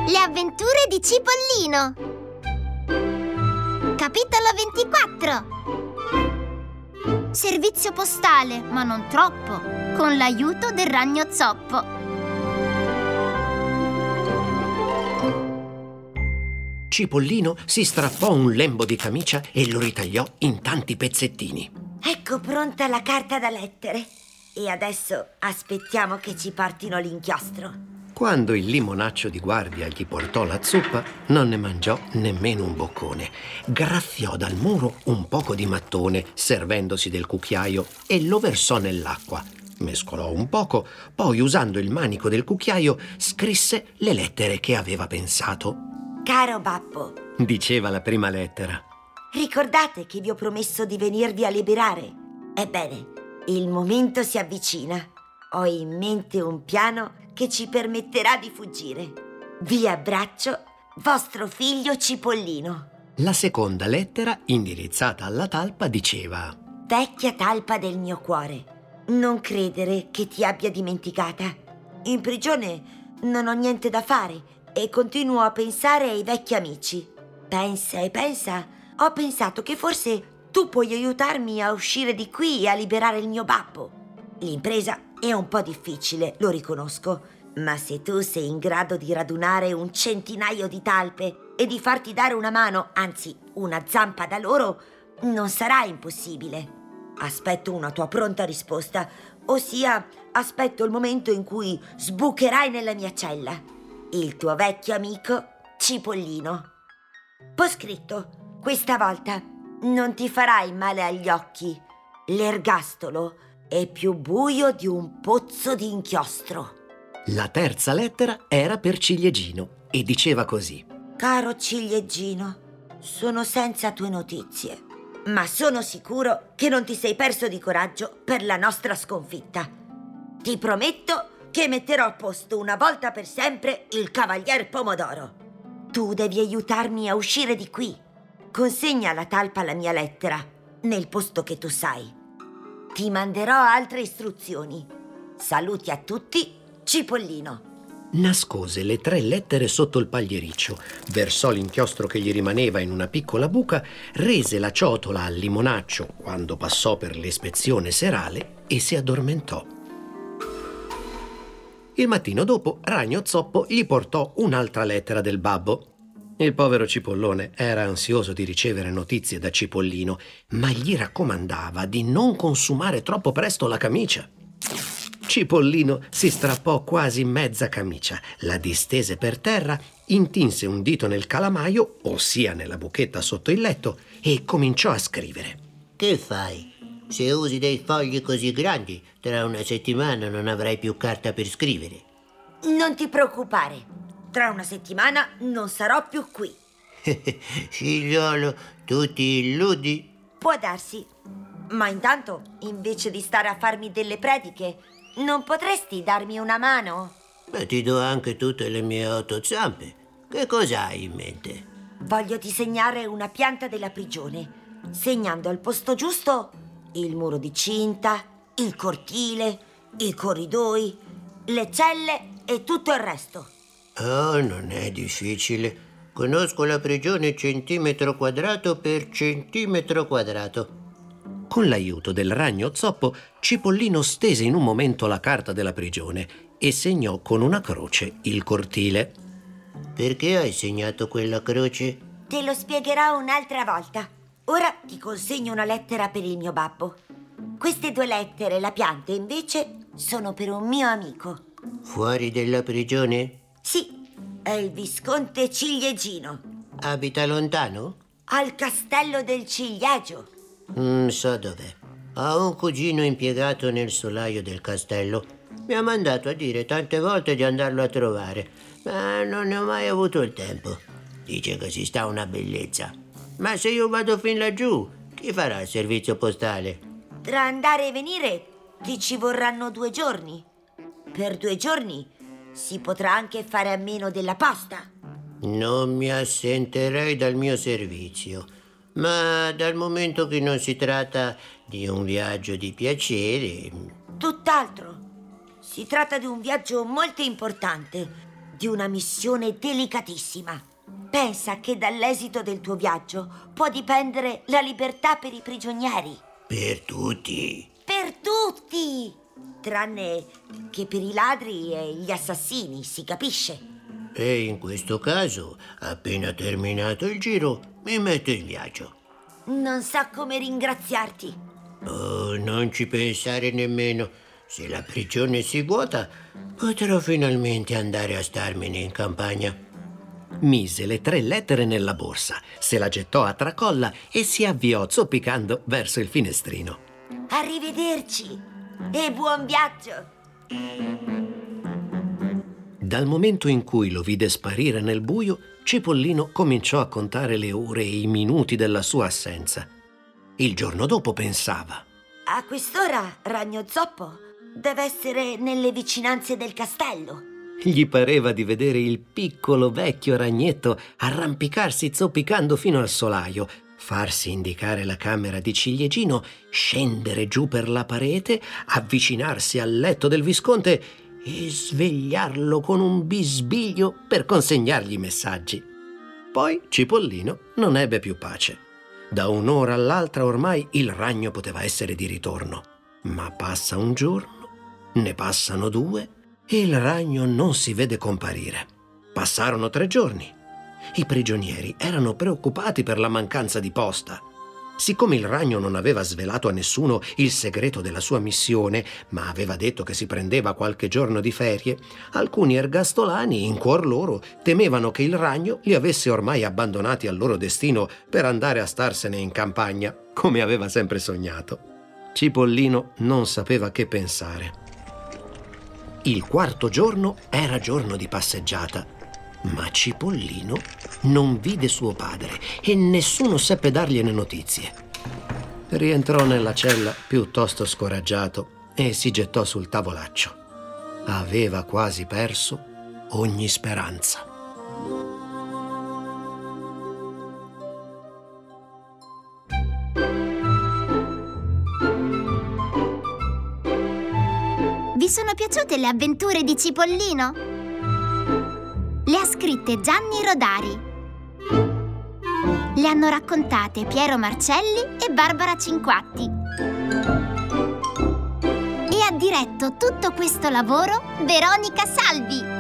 Le avventure di Cipollino. Capitolo 24. Servizio postale, ma non troppo, con l'aiuto del ragno zoppo. Cipollino si strappò un lembo di camicia e lo ritagliò in tanti pezzettini. Ecco pronta la carta da lettere. E adesso aspettiamo che ci portino l'inchiostro. Quando il limonaccio di guardia gli portò la zuppa, non ne mangiò nemmeno un boccone. Graffiò dal muro un poco di mattone, servendosi del cucchiaio, e lo versò nell'acqua. Mescolò un poco, poi usando il manico del cucchiaio scrisse le lettere che aveva pensato. Caro babbo, Diceva la prima lettera. ricordate che vi ho promesso di venirvi a liberare? Ebbene, il momento si avvicina. Ho in mente un piano che ci permetterà di fuggire. Vi abbraccio, vostro figlio Cipollino. La seconda lettera, indirizzata alla talpa, diceva: Vecchia talpa del mio cuore, non credere che ti abbia dimenticata. In prigione non ho niente da fare e continuo a pensare ai vecchi amici. Pensa e pensa, ho pensato che forse tu puoi aiutarmi a uscire di qui e a liberare il mio babbo. L'impresa è un po' difficile, lo riconosco, ma se tu sei in grado di radunare un centinaio di talpe e di farti dare una mano, anzi una zampa da loro, non sarà impossibile. Aspetto una tua pronta risposta, ossia aspetto il momento in cui sbucherai nella mia cella. Il tuo vecchio amico Cipollino. Poscritto, questa volta non ti farai male agli occhi. L'ergastolo è più buio di un pozzo di inchiostro. La terza lettera era per Ciliegino e diceva così: Caro Ciliegino, sono senza tue notizie, ma sono sicuro che non ti sei perso di coraggio per la nostra sconfitta. Ti prometto che metterò a posto una volta per sempre il Cavalier Pomodoro. Tu devi aiutarmi a uscire di qui. Consegna la talpa alla mia lettera, nel posto che tu sai. Ti manderò altre istruzioni. Saluti a tutti, Cipollino. Nascose le 3 lettere sotto il pagliericcio, versò l'inchiostro che gli rimaneva in una piccola buca, rese la ciotola al limonaccio quando passò per l'ispezione serale e si addormentò. Il mattino dopo, Ragno Zoppo gli portò un'altra lettera del babbo. Il povero cipollone era ansioso di ricevere notizie da Cipollino, ma gli raccomandava di non consumare troppo presto la camicia. Cipollino si strappò quasi mezza camicia, la distese per terra, intinse un dito nel calamaio, ossia nella buchetta sotto il letto, e cominciò a scrivere. Che fai? Se usi dei fogli così grandi, tra una settimana non avrai più carta per scrivere. Non ti preoccupare, tra una settimana non sarò più qui. Figliolo, tu ti illudi? Può darsi, ma intanto, invece di stare a farmi delle prediche, non potresti darmi una mano? Ma ti do anche tutte le mie 8 zampe. Che cosa hai in mente? Voglio disegnare una pianta della prigione, segnando al posto giusto il muro di cinta, il cortile, i corridoi, le celle e tutto il resto. Oh, non è difficile. Conosco la prigione centimetro quadrato per centimetro quadrato. Con l'aiuto del Ragno Zoppo, Cipollino stese in un momento la carta della prigione e segnò con una croce il cortile. Perché hai segnato quella croce? Te lo spiegherò un'altra volta. Ora ti consegno una lettera per il mio babbo. Queste 2 lettere e la pianta, invece, sono per un mio amico. Fuori della prigione? Sì, è il visconte Ciliegino, Abita lontano? al castello del Ciliegio. So dov'è. Ho un cugino impiegato nel solaio del castello. Mi ha mandato a dire tante volte di andarlo a trovare, ma non ne ho mai avuto il tempo. Dice che si sta una bellezza. Ma se io vado fin laggiù, chi farà il servizio postale? Tra andare e venire ti ci vorranno 2 giorni. Per 2 giorni si potrà anche fare a meno della posta. Non mi assenterei dal mio servizio, ma dal momento che non si tratta di un viaggio di piacere... Tutt'altro. Si tratta di un viaggio molto importante, di una missione delicatissima. Pensa che dall'esito del tuo viaggio può dipendere la libertà per i prigionieri. Per tutti. Per tutti! Tranne che per i ladri e gli assassini, si capisce? E in questo caso, appena terminato il giro, mi metto in viaggio. Non so come ringraziarti. Oh, non ci pensare nemmeno. Se la prigione si vuota, potrò finalmente andare a starmene in campagna. Mise le 3 lettere nella borsa, se la gettò a tracolla e si avviò zoppicando verso il finestrino. Arrivederci e buon viaggio! Dal momento in cui lo vide sparire nel buio, Cipollino cominciò a contare le ore e i minuti della sua assenza. Il giorno dopo pensava: A quest'ora Ragno Zoppo deve essere nelle vicinanze del castello. Gli pareva di vedere il piccolo vecchio ragnetto arrampicarsi zoppicando fino al solaio, farsi indicare la camera di ciliegino, scendere giù per la parete, avvicinarsi al letto del visconte e svegliarlo con un bisbiglio per consegnargli i messaggi. Poi Cipollino non ebbe più pace. Da un'ora all'altra ormai il ragno poteva essere di ritorno. Ma passa un giorno, ne passano 2 e il ragno non si vede comparire. Passarono 3 giorni. I prigionieri erano preoccupati per la mancanza di posta. Siccome il ragno non aveva svelato a nessuno il segreto della sua missione, ma aveva detto che si prendeva qualche giorno di ferie, alcuni ergastolani, in cuor loro, temevano che il ragno li avesse ormai abbandonati al loro destino per andare a starsene in campagna, come aveva sempre sognato. Cipollino non sapeva che pensare. Il 4° giorno era giorno di passeggiata, ma Cipollino non vide suo padre e nessuno seppe dargliene notizie. Rientrò nella cella piuttosto scoraggiato e si gettò sul tavolaccio. Aveva quasi perso ogni speranza. Vi sono piaciute le avventure di Cipollino? Le ha scritte Gianni Rodari. Le hanno raccontate Piero Marcelli e Barbara Cinquatti. E ha diretto tutto questo lavoro Veronica Salvi.